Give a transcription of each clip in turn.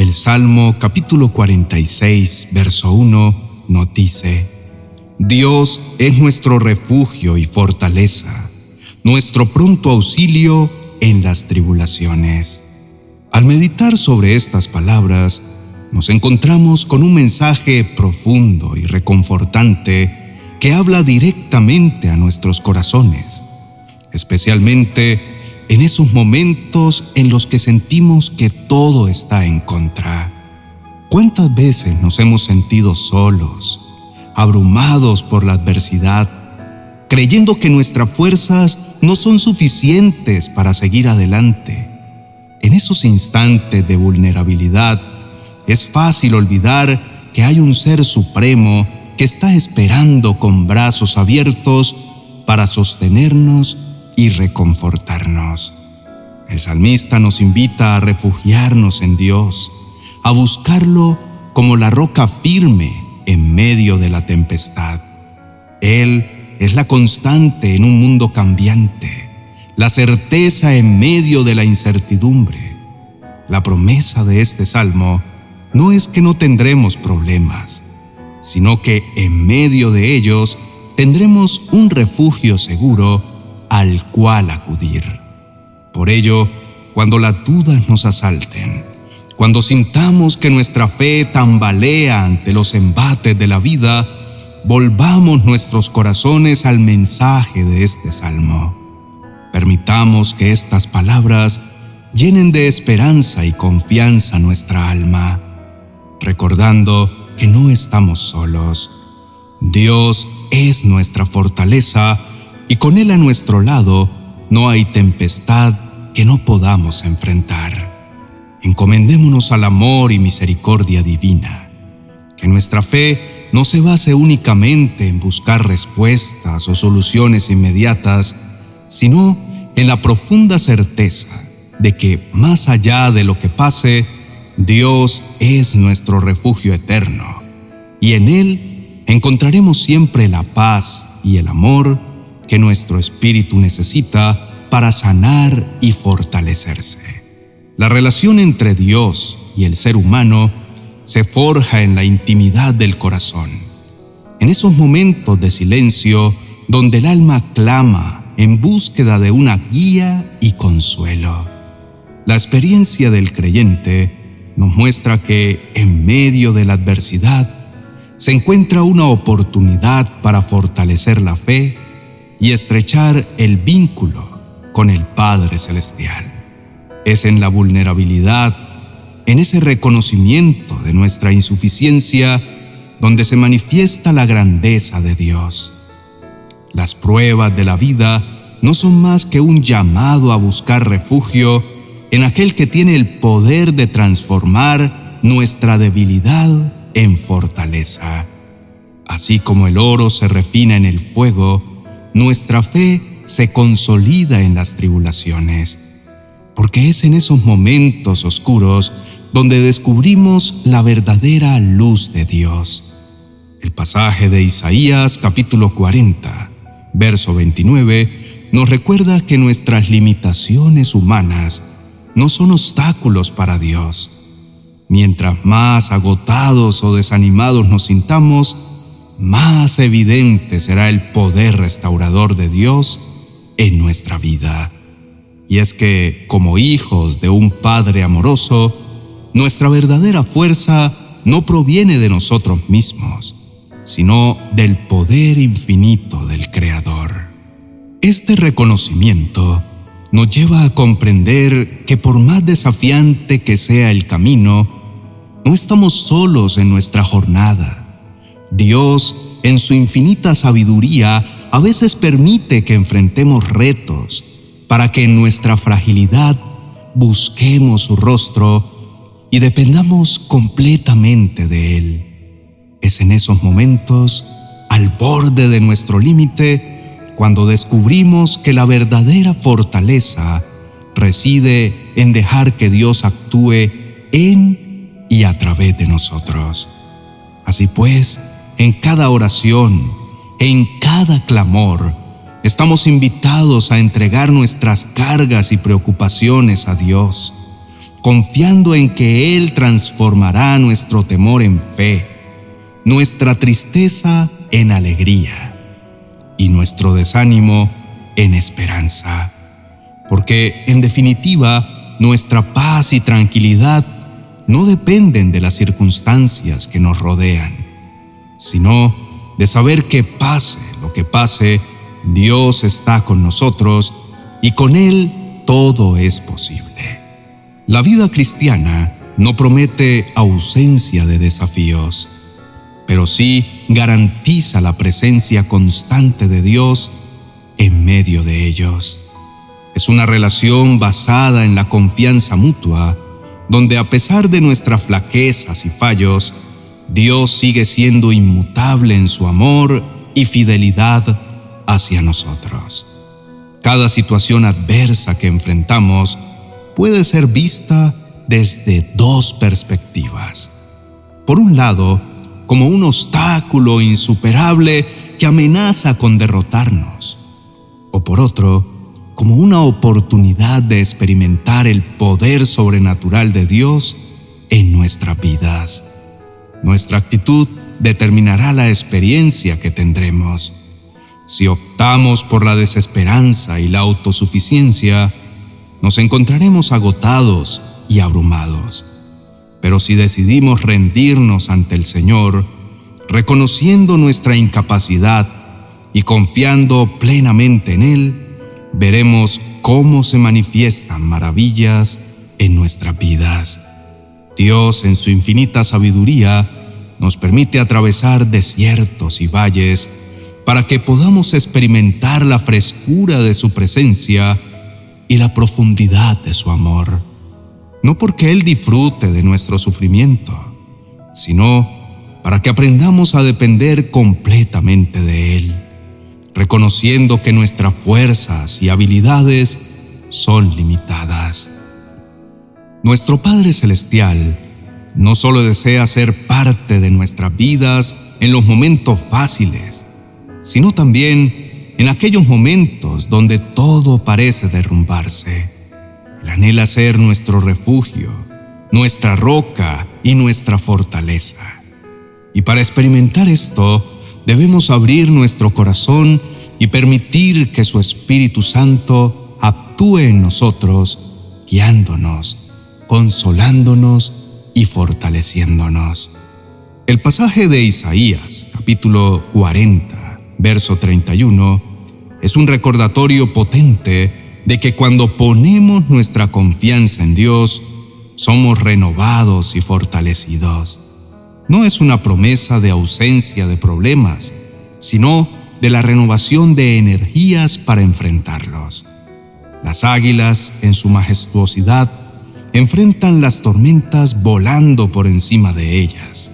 El Salmo capítulo 46, verso 1 nos dice: Dios es nuestro refugio y fortaleza, nuestro pronto auxilio en las tribulaciones. Al meditar sobre estas palabras, nos encontramos con un mensaje profundo y reconfortante que habla directamente a nuestros corazones, especialmente en esos momentos en los que sentimos que todo está en contra. ¿Cuántas veces nos hemos sentido solos, abrumados por la adversidad, creyendo que nuestras fuerzas no son suficientes para seguir adelante? En esos instantes de vulnerabilidad, es fácil olvidar que hay un Ser Supremo que está esperando con brazos abiertos para sostenernos y reconfortarnos. El salmista nos invita a refugiarnos en Dios, a buscarlo como la roca firme en medio de la tempestad. Él es la constante en un mundo cambiante, la certeza en medio de la incertidumbre. La promesa de este salmo no es que no tendremos problemas, sino que en medio de ellos tendremos un refugio seguro al cual acudir. Por ello, cuando las dudas nos asalten, cuando sintamos que nuestra fe tambalea ante los embates de la vida, volvamos nuestros corazones al mensaje de este salmo. Permitamos que estas palabras llenen de esperanza y confianza nuestra alma, recordando que no estamos solos. Dios es nuestra fortaleza y con Él a nuestro lado no hay tempestad que no podamos enfrentar. Encomendémonos al amor y misericordia divina. Que nuestra fe no se base únicamente en buscar respuestas o soluciones inmediatas, sino en la profunda certeza de que, más allá de lo que pase, Dios es nuestro refugio eterno, y en Él encontraremos siempre la paz y el amor que nuestro espíritu necesita para sanar y fortalecerse. La relación entre Dios y el ser humano se forja en la intimidad del corazón, en esos momentos de silencio donde el alma clama en búsqueda de una guía y consuelo. La experiencia del creyente nos muestra que en medio de la adversidad se encuentra una oportunidad para fortalecer la fe y estrechar el vínculo con el Padre Celestial. Es en la vulnerabilidad, en ese reconocimiento de nuestra insuficiencia, donde se manifiesta la grandeza de Dios. Las pruebas de la vida no son más que un llamado a buscar refugio en aquel que tiene el poder de transformar nuestra debilidad en fortaleza. Así como el oro se refina en el fuego, nuestra fe se consolida en las tribulaciones, porque es en esos momentos oscuros donde descubrimos la verdadera luz de Dios. El pasaje de Isaías capítulo 40, verso 29, nos recuerda que nuestras limitaciones humanas no son obstáculos para Dios. Mientras más agotados o desanimados nos sintamos, más evidente será el poder restaurador de Dios en nuestra vida. Y es que, como hijos de un Padre amoroso, nuestra verdadera fuerza no proviene de nosotros mismos, sino del poder infinito del Creador. Este reconocimiento nos lleva a comprender que por más desafiante que sea el camino, no estamos solos en nuestra jornada. Dios, en su infinita sabiduría, a veces permite que enfrentemos retos para que en nuestra fragilidad busquemos su rostro y dependamos completamente de Él. Es en esos momentos, al borde de nuestro límite, cuando descubrimos que la verdadera fortaleza reside en dejar que Dios actúe en y a través de nosotros. Así pues, en cada oración, en cada clamor, estamos invitados a entregar nuestras cargas y preocupaciones a Dios, confiando en que Él transformará nuestro temor en fe, nuestra tristeza en alegría y nuestro desánimo en esperanza. Porque, en definitiva, nuestra paz y tranquilidad no dependen de las circunstancias que nos rodean, sino de saber que pase lo que pase, Dios está con nosotros y con Él todo es posible. La vida cristiana no promete ausencia de desafíos, pero sí garantiza la presencia constante de Dios en medio de ellos. Es una relación basada en la confianza mutua, donde a pesar de nuestras flaquezas y fallos, Dios sigue siendo inmutable en su amor y fidelidad hacia nosotros. Cada situación adversa que enfrentamos puede ser vista desde dos perspectivas. Por un lado, como un obstáculo insuperable que amenaza con derrotarnos, o por otro, como una oportunidad de experimentar el poder sobrenatural de Dios en nuestras vidas. Nuestra actitud determinará la experiencia que tendremos. Si optamos por la desesperanza y la autosuficiencia, nos encontraremos agotados y abrumados. Pero si decidimos rendirnos ante el Señor, reconociendo nuestra incapacidad y confiando plenamente en Él, veremos cómo se manifiestan maravillas en nuestras vidas. Dios, en su infinita sabiduría, nos permite atravesar desiertos y valles para que podamos experimentar la frescura de su presencia y la profundidad de su amor. No porque Él disfrute de nuestro sufrimiento, sino para que aprendamos a depender completamente de Él, reconociendo que nuestras fuerzas y habilidades son limitadas. Nuestro Padre Celestial no solo desea ser parte de nuestras vidas en los momentos fáciles, sino también en aquellos momentos donde todo parece derrumbarse. Él anhela ser nuestro refugio, nuestra roca y nuestra fortaleza. Y para experimentar esto, debemos abrir nuestro corazón y permitir que su Espíritu Santo actúe en nosotros, guiándonos, consolándonos y fortaleciéndonos. El pasaje de Isaías, capítulo 40, verso 31, es un recordatorio potente de que cuando ponemos nuestra confianza en Dios, somos renovados y fortalecidos. No es una promesa de ausencia de problemas, sino de la renovación de energías para enfrentarlos. Las águilas, en su majestuosidad, enfrentan las tormentas volando por encima de ellas.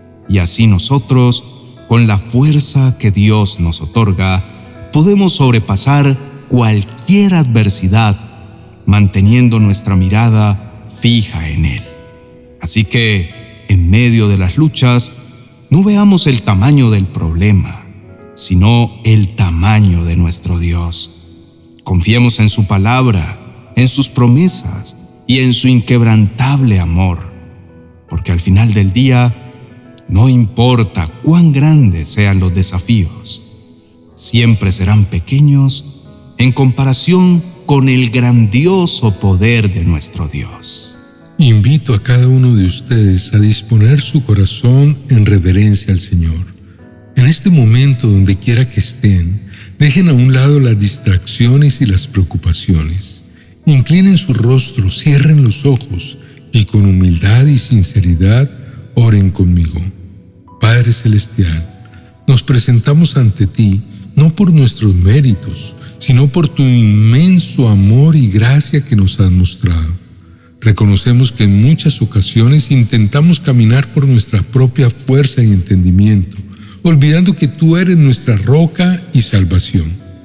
Y así nosotros, con la fuerza que Dios nos otorga, podemos sobrepasar cualquier adversidad, manteniendo nuestra mirada fija en Él. Así que, en medio de las luchas, no veamos el tamaño del problema, sino el tamaño de nuestro Dios. Confiemos en su palabra, en sus promesas y en su inquebrantable amor, porque al final del día, no importa cuán grandes sean los desafíos, siempre serán pequeños en comparación con el grandioso poder de nuestro Dios. Invito a cada uno de ustedes a disponer su corazón en reverencia al Señor. En este momento, donde quiera que estén, dejen a un lado las distracciones y las preocupaciones. Inclinen su rostro, cierren los ojos y con humildad y sinceridad oren conmigo. Padre Celestial, nos presentamos ante ti no por nuestros méritos, sino por tu inmenso amor y gracia que nos has mostrado. Reconocemos que en muchas ocasiones intentamos caminar por nuestra propia fuerza y entendimiento, olvidando que tú eres nuestra roca y salvación.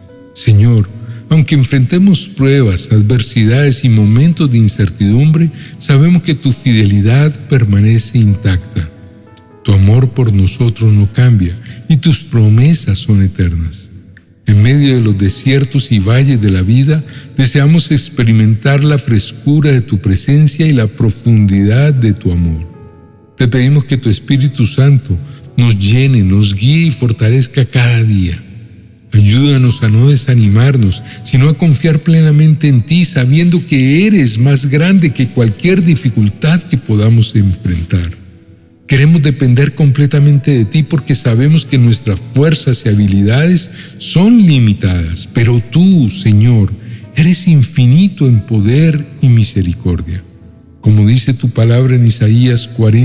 Señor, aunque enfrentemos pruebas, adversidades y momentos de incertidumbre, sabemos que tu fidelidad permanece intacta. Tu amor por nosotros no cambia y tus promesas son eternas. En medio de los desiertos y valles de la vida, deseamos experimentar la frescura de tu presencia y la profundidad de tu amor. Te pedimos que tu Espíritu Santo nos llene, nos guíe y fortalezca cada día. Ayúdanos a no desanimarnos, sino a confiar plenamente en ti, sabiendo que eres más grande que cualquier dificultad que podamos enfrentar. Queremos depender completamente de ti porque sabemos que nuestras fuerzas y habilidades son limitadas, pero tú, Señor, eres infinito en poder y misericordia. Como dice tu palabra en Isaías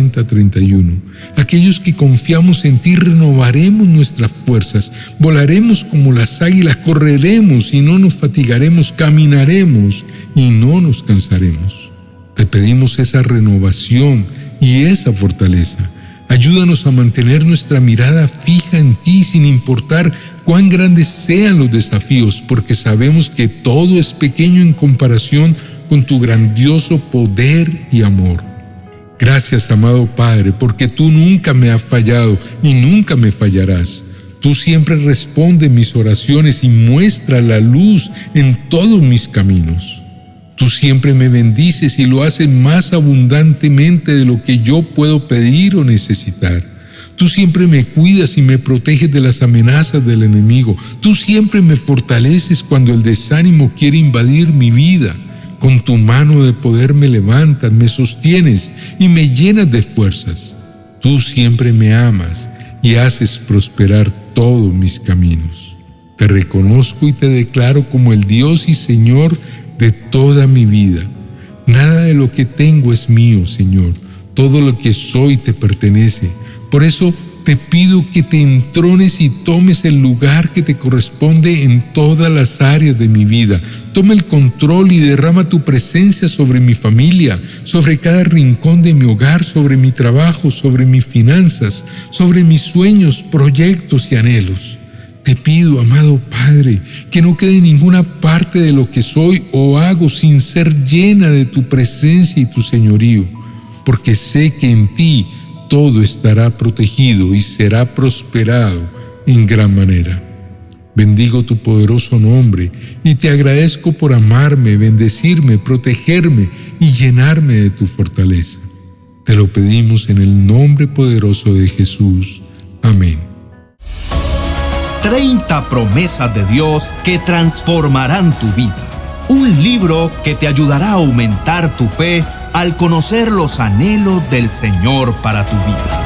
40:31, aquellos que confiamos en ti renovaremos nuestras fuerzas, volaremos como las águilas, correremos y no nos fatigaremos, caminaremos y no nos cansaremos. Te pedimos esa renovación y esa fortaleza. Ayúdanos a mantener nuestra mirada fija en ti sin importar cuán grandes sean los desafíos, porque sabemos que todo es pequeño en comparación con tu grandioso poder y amor. Gracias, amado Padre, porque tú nunca me has fallado y nunca me fallarás. Tú siempre respondes mis oraciones y muestras la luz en todos mis caminos. Tú siempre me bendices y lo haces más abundantemente de lo que yo puedo pedir o necesitar. Tú siempre me cuidas y me proteges de las amenazas del enemigo. Tú siempre me fortaleces cuando el desánimo quiere invadir mi vida. Con tu mano de poder me levantas, me sostienes y me llenas de fuerzas. Tú siempre me amas y haces prosperar todos mis caminos. Te reconozco y te declaro como el Dios y Señor de toda mi vida. Nada de lo que tengo es mío, Señor. Todo lo que soy te pertenece. Por eso te pido que te entrones y tomes el lugar que te corresponde en todas las áreas de mi vida. Toma el control y derrama tu presencia sobre mi familia, sobre cada rincón de mi hogar, sobre mi trabajo, sobre mis finanzas, sobre mis sueños, proyectos y anhelos. Te pido, amado Padre, que no quede ninguna parte de lo que soy o hago sin ser llena de tu presencia y tu señorío, porque sé que en ti todo estará protegido y será prosperado en gran manera. Bendigo tu poderoso nombre y te agradezco por amarme, bendecirme, protegerme y llenarme de tu fortaleza. Te lo pedimos en el nombre poderoso de Jesús. Amén. 30 promesas de Dios que transformarán tu vida. Un libro que te ayudará a aumentar tu fe al conocer los anhelos del Señor para tu vida.